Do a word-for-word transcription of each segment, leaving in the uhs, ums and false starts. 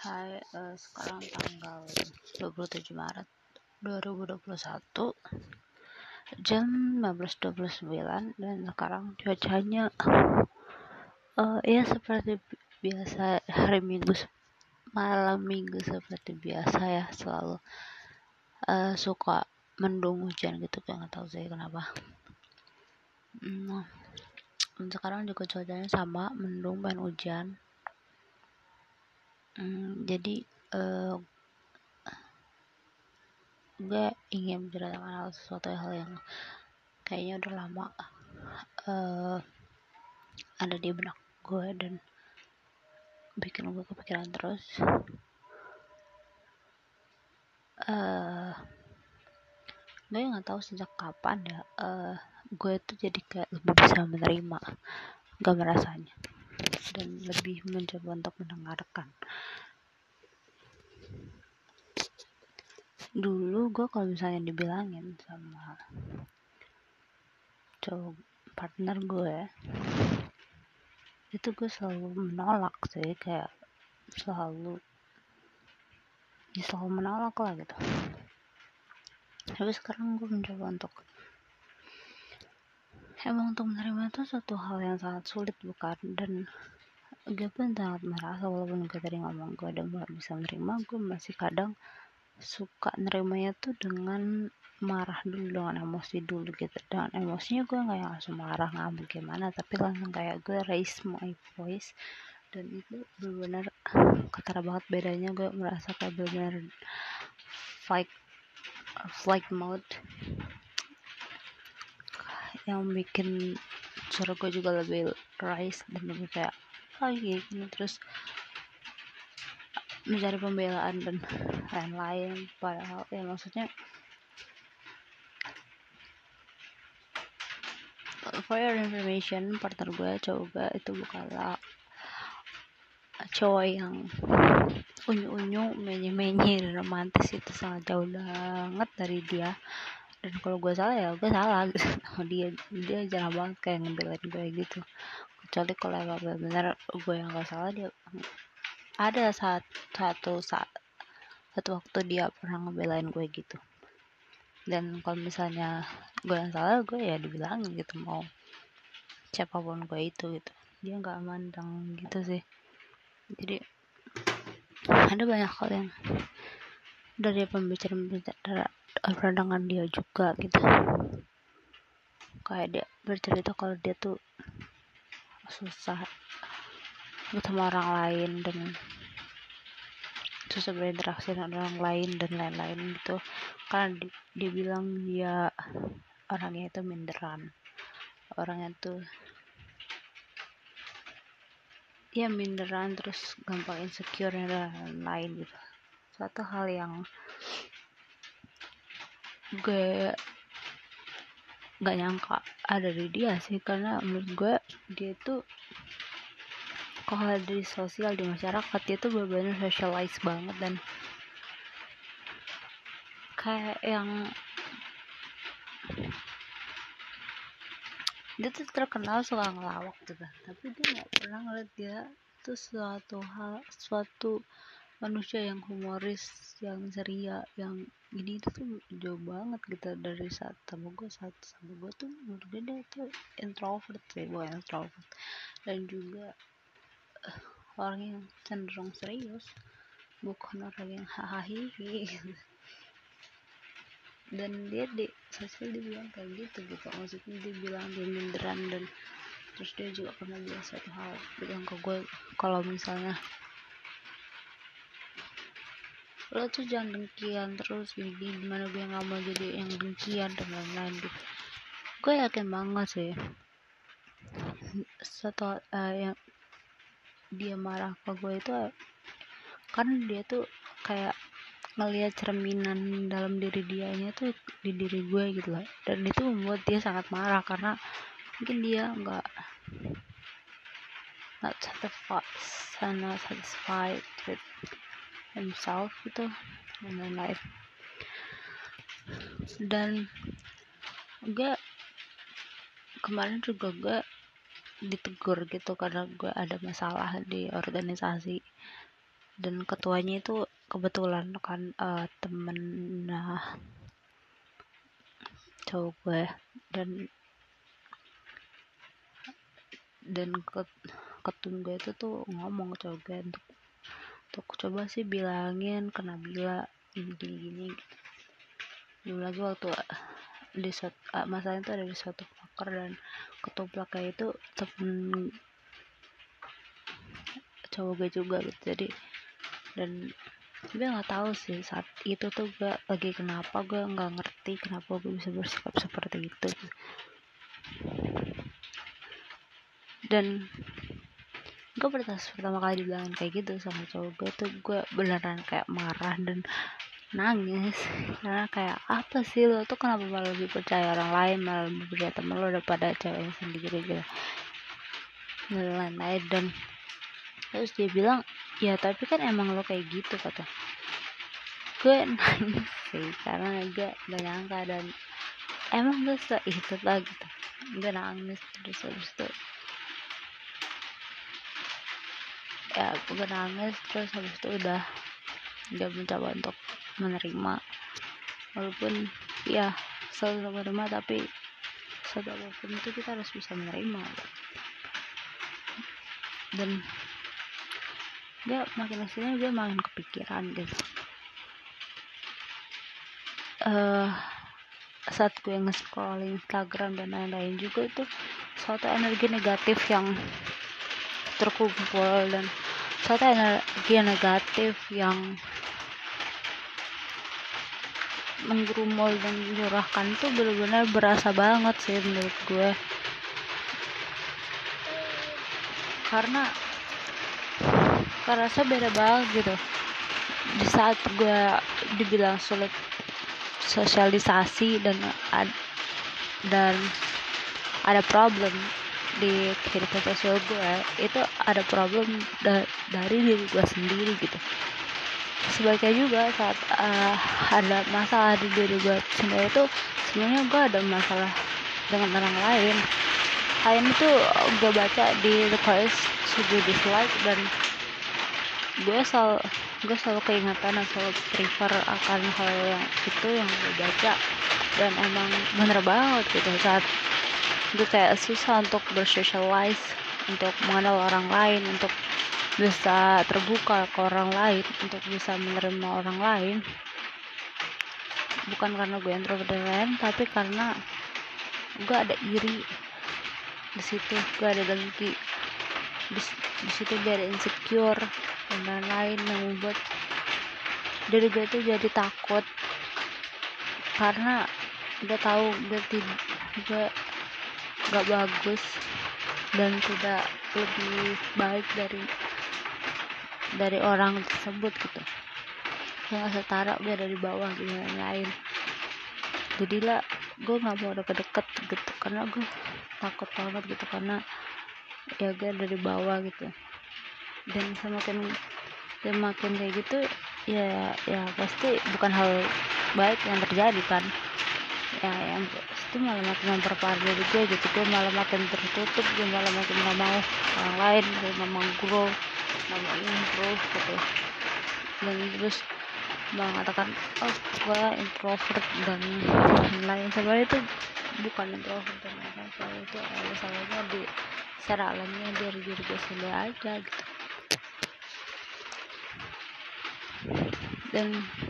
Hai, eh, sekarang tanggal dua puluh tujuh Maret dua ribu dua puluh satu jam lima belas dua puluh sembilan dan sekarang cuacanya eh, ya seperti biasa hari Minggu malam Minggu seperti biasa ya, selalu eh, suka mendung hujan gitu, kayak nggak tahu sih kenapa. Hmm, dan sekarang juga cuacanya sama, mendung dan hujan. Hmm, jadi eh, gue ingin menceritakan hal sesuatu hal yang kayaknya udah lama uh, ada di benak gue dan bikin gue kepikiran terus. uh, gue nggak tahu sejak kapan ya uh, gue tuh jadi kayak lebih bisa menerima gak merasanya dan lebih mencoba untuk mendengarkan. Dulu gue kalau misalnya dibilangin sama cowok partner gue, itu gue selalu menolak sih, kayak selalu ya selalu menolak lah gitu. Tapi sekarang gue mencoba untuk emang untuk menerima itu suatu hal yang sangat sulit, bukan? Dan gue pun sangat merasa, walaupun gue tadi ngomong gue udah mulai bisa menerima, gue masih kadang suka nerimanya tuh dengan marah dulu, dengan emosi dulu gitu. Dengan emosinya gue nggak yang langsung marah ngamuk gimana, tapi langsung kayak gue raise my voice. Dan itu benar-benar ketara banget bedanya. Gue merasa kayak benar-benar fight flight mode yang bikin suara gue juga lebih rise dan lebih kayak oh gitu, terus mencari pembelaan dan lain-lain. Padahal ya maksudnya for your information, partner gue, cowok gue itu bukanlah cowok yang unyu-unyu, menye-menye, romantis. Itu sangat jauh banget dari dia. Dan kalau gue salah ya gue salah gitu sama dia. Dia jarang banget kayak ngebelain gue gitu, kecuali kalau emang benar-benar gue yang gak salah. Dia ada saat satu saat satu waktu dia pernah ngebelain gue gitu. Dan kalau misalnya gue yang salah, gue ya dibilangin gitu, mau siapapun gue itu gitu. Dia nggak mandang gitu sih. Jadi ada banyak hal yang dari pembicaraan dengan dia juga gitu, kayak dia bercerita kalau dia tuh susah sama orang lain dan susah berinteraksi dengan orang lain dan lain-lain gitu, karena di, dia bilang dia orangnya itu minderan, orangnya tuh ya minderan, terus gampang insecure dan lain-lain gitu. Suatu hal yang gue gak nyangka ada di dia sih, karena menurut gue dia tuh kalau di sosial, di masyarakat, dia tuh benar-benar socialize banget dan kayak yang dia tuh terkenal suka ngelawak gitu, tapi dia nggak pernah ngeliat dia tuh suatu hal, suatu manusia yang humoris, yang ceria, yang gini. Itu tuh jauh banget gitu dari saat sama gue. Saat sama gue tuh menurut gue dia tuh introvert sih, bukan introvert, dan juga uh, orang yang cenderung serius, bukan orang yang hahaha gitu. Dan dia di sosial dia bilang kayak gitu gitu, maksudnya dia bilang dia minderan. Dan terus dia juga pernah bilang satu hal, bilang ke gue kalau misalnya lo tuh jangan dengkian terus gini, gimana gue nggak mau jadi yang dengkian dan lain-lain gitu. Gue yakin banget sih satu uh, yang dia marah ke gue itu karena dia tuh kayak ngelihat cerminan dalam diri dianya tuh di diri gue gitu loh. Dan itu membuat dia sangat marah karena mungkin dia nggak not satisfied not satisfied with himself gitu dan lain-lain. Dan gue kemarin juga gue ditegur gitu karena gue ada masalah di organisasi, dan ketuanya itu kebetulan kan uh, temen nah, cowok gue, dan dan ket, ketum gue itu tuh ngomong ke cowok gue untuk untuk coba sih bilangin ke Nabila gini gini gini. Dulu lagi waktu di suatu uh, masalahnya itu ada di suatu poker, dan ketuplaknya itu temen cowok gue juga gitu. Jadi dan gue nggak tahu sih saat itu tuh gue lagi kenapa, gue nggak ngerti kenapa gue bisa bersikap seperti itu. Dan gue pertama pertama kali dibilangin kayak gitu sama cowok gue tuh gue beneran kayak marah dan nangis, karena kayak apa sih lo tuh kenapa malah lebih percaya orang lain, malah lebih percaya temen lo daripada cewek sendiri gitu dan lain-lain. Dan terus dia bilang ya tapi kan emang lo kayak gitu, kata gue. Nangis sih karena gue gak nyangka, dan emang gue se itu lah gitu. Gue nangis terus habis itu ya gue nangis terus habis itu udah dia mencoba untuk menerima, walaupun ya selalu menerima, tapi saat apapun itu kita harus bisa menerima. Dan dia makin kesini dia makin kepikiran gitu. Uh, saat gue nge-scroll Instagram dan lain-lain juga itu suatu energi negatif yang terkumpul, dan suatu energi negatif yang menggerumul dan mencurahkan tuh benar-benar berasa banget sih menurut gue. Karena kerasa beda banget gitu. Di saat gue dibilang sulit sosialisasi dan ad, dan ada problem di kehidupan sosial gue, itu ada problem da- dari diri gue sendiri gitu. Sebaliknya juga saat uh, ada masalah di diri gue sendiri itu sebenarnya gue ada masalah dengan orang lain. Hal ini tuh gue baca di request to dislike, dan gue selalu gue selalu keingatan dan selalu prefer akan hal yang itu yang gue baca. Dan emang bener banget gitu, saat gue kayak susah untuk bersocialize, untuk mengenal orang lain, untuk bisa terbuka ke orang lain, untuk bisa menerima orang lain, bukan karena gue introvert dan lain, tapi karena gue ada iri di situ, gue ada dengki di, di situ, gue ada insecure dan lain-lain yang membuat diri gue tuh jadi takut, karena gue tahu gue tidak gue gak bagus dan tidak lebih baik dari dari orang tersebut gitu. Gue gak setara, gue ada di bawah gitu yang lain. Jadilah gue gak mau deket-deket gitu, karena gue takut banget gitu, karena ya gue ada di bawah gitu. Dan semakin semakin kayak gitu ya ya pasti bukan hal baik yang terjadi kan. Ya yang itu malah makin memperparah diri gue gitu. Gue malah makin tertutup, gue malah makin gak mau orang lain, gue gak mau grow, gak mau improve gitu. Dan terus mengatakan oh gue introvert dan lain, sebenarnya itu bukan introvert dan lain, soalnya itu ada salahnya di secara alamiah dari diri gue sendiri aja gitu. Dan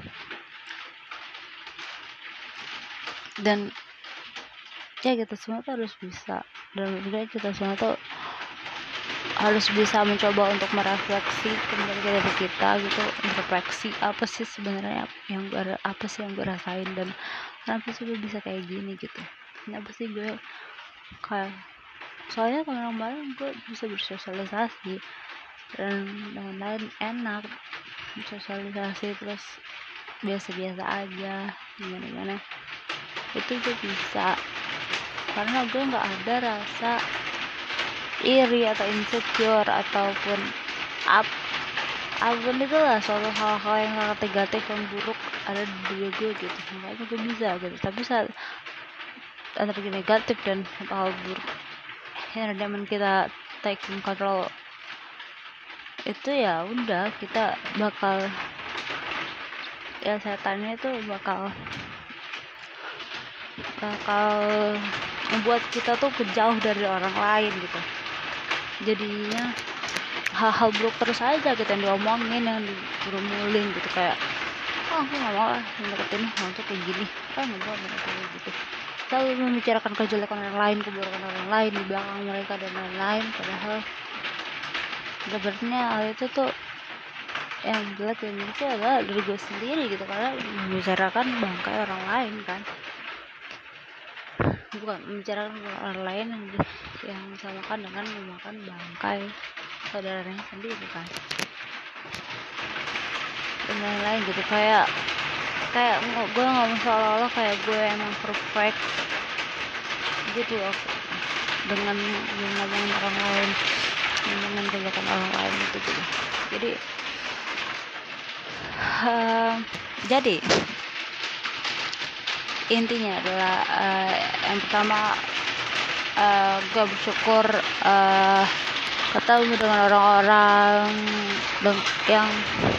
dan ya kita semua tuh harus bisa, dan juga kita semua tuh harus bisa mencoba untuk merefleksi kembali dari kita gitu, introspeksi apa sih sebenarnya yang gue apa sih yang gue rasain, dan kenapa sih gue bisa kayak gini gitu, kenapa sih gue kayak, soalnya kemarin-kemarin gue bisa bersosialisasi dan lain-lain, enak bersosialisasi terus biasa-biasa aja gimana-gimana, itu gue bisa karena gue nggak ada rasa iri atau insecure ataupun up apapun itu lah, soal hal-hal yang sangat negatif yang buruk ada di diri gue gitu, makanya gue bisa gitu. Tapi saat energi negatif dan hal buruk yang zaman kita taking control itu ya udah kita bakal ya setannya itu bakal bakal membuat kita tuh jauh dari orang lain gitu. Jadinya hal-hal buruk terus aja kita yang diomongin, yang dirumulin gitu, kayak oh aku nggak mau lah deketin orang tuh kayak gini, kan nggak mau kayak gitu, selalu membicarakan kejelekan orang lain, keburukan orang lain di belakang mereka dan lain-lain, padahal sebenarnya hal itu tuh yang jelek dan itu adalah dari gue sendiri gitu, karena membicarakan bangkai orang lain kan, bukan membicarakan orang lain yang yang disamakan dengan memakan bangkai saudaranya sendiri kan, dan lain-lain gitu. Kayak kayak gue ngomong seolah-olah kayak gue emang perfect gitu loh dengan ngomongin orang lain, ngomongin kejelekan orang lain gitu gitu. Jadi uh, jadi intinya adalah uh, yang pertama uh, gue bersyukur uh, ketemu dengan orang-orang yang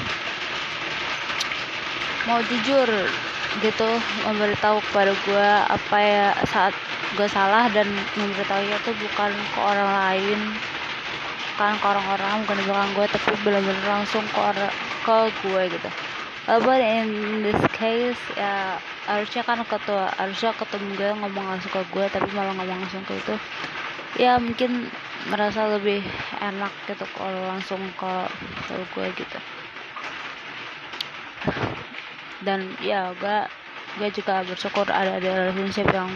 mau jujur gitu, memberitahu kepada gue apa ya saat gue salah, dan memberitahunya tuh bukan ke orang lain, bukan ke orang-orang, bukan di belakang gue, tapi benar-benar langsung ke orang, ke gue gitu. Uh, but in this case ya harusnya kan ketua harusnya ketemu gue ngomong langsung ke gue, tapi malah ngomong langsung ke itu, ya mungkin merasa lebih enak gitu kalau langsung ke, ke gue gitu. Dan ya gue gue juga bersyukur ada ada relationship yang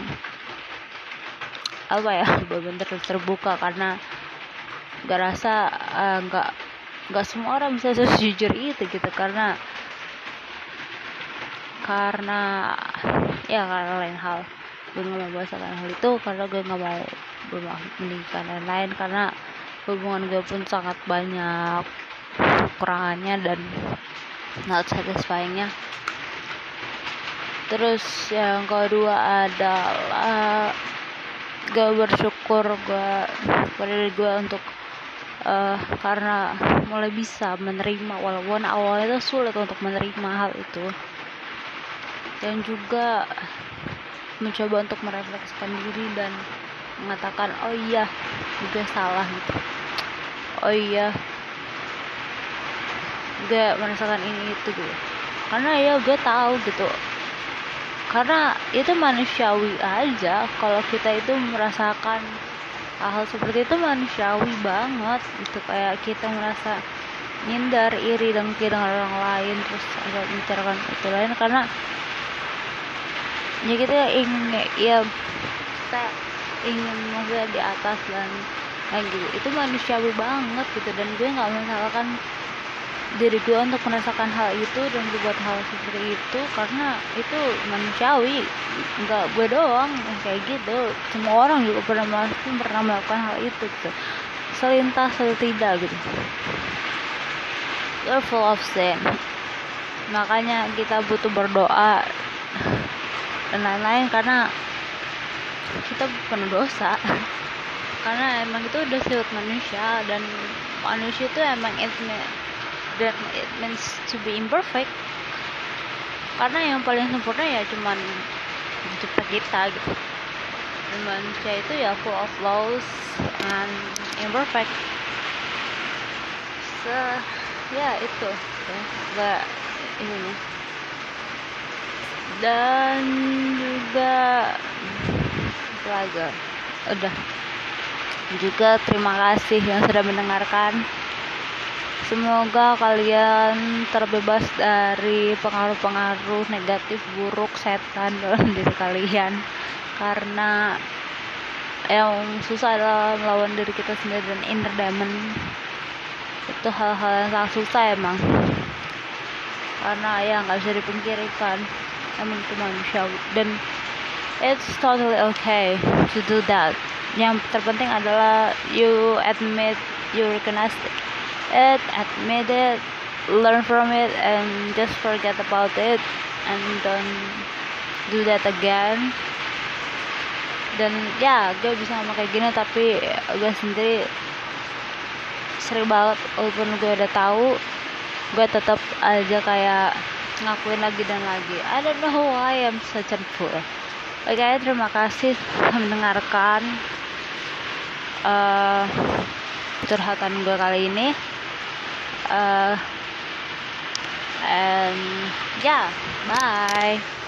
apa ya benar-benar terbuka, karena gak rasa uh, gak gak semua orang bisa sejujur itu gitu, karena karena ya karena lain hal gue gak mau bahas hal itu, karena gue gak mau menikah dan lain, karena hubungan gue pun sangat banyak kekurangannya dan not satisfyingnya. Terus yang kedua adalah gue bersyukur gue pada diri gue untuk uh, karena mulai bisa menerima, walaupun awalnya itu sulit untuk menerima hal itu, dan juga mencoba untuk merefleksikan diri dan mengatakan oh iya gue salah gitu, oh iya gue merasakan ini itu gitu, karena ya gue tahu gitu, karena itu manusiawi aja kalau kita itu merasakan hal-hal seperti itu, manusiawi banget gitu. Kayak kita merasa nyindar, iri, dengki dengan orang lain, terus agak membicarakan itu lain, karena ya kita ingin ya kita ingin maksudnya di atas dan kayak gitu, itu manusiawi banget gitu. Dan gue nggak menyalahkan diri gue untuk merasakan hal itu dan berbuat hal seperti itu, karena itu manusiawi, nggak gue doang yang kayak gitu, semua orang juga pernah melakukan pernah melakukan hal itu gitu, selintas atau tidak gitu. We're full of sin, makanya kita butuh berdoa dan lain-lain, karena kita penuh dosa, karena emang itu udah sifat manusia, dan manusia itu emang itu dan it means to be imperfect, karena yang paling sempurna ya cuman pencipta kita gitu, dan manusia itu ya full of flaws and imperfect. So ya itu ya gak ini, dan juga pelajar udah juga terima kasih yang sudah mendengarkan. Semoga kalian terbebas dari pengaruh-pengaruh negatif buruk setan dalam diri kalian, karena yang susah adalah melawan diri kita sendiri, dan inner demon itu hal-hal yang sangat susah emang, karena ya nggak bisa dipungkiri kan, emang itu manusiawi, dan it's totally okay to do that. Yang terpenting adalah you admit, you recognize it, admit it, learn from it, and just forget about it, and don't do that again. Dan ya gue bisa ngomong kayak gini, tapi gue sendiri sering banget, walaupun gue udah tahu, gue tetap aja kayak ngakuin lagi dan lagi. I don't know why I'm such a fool. Oke, okay, terima kasih telah mendengarkan uh, curhatan gue kali ini. Uh, and yeah, bye.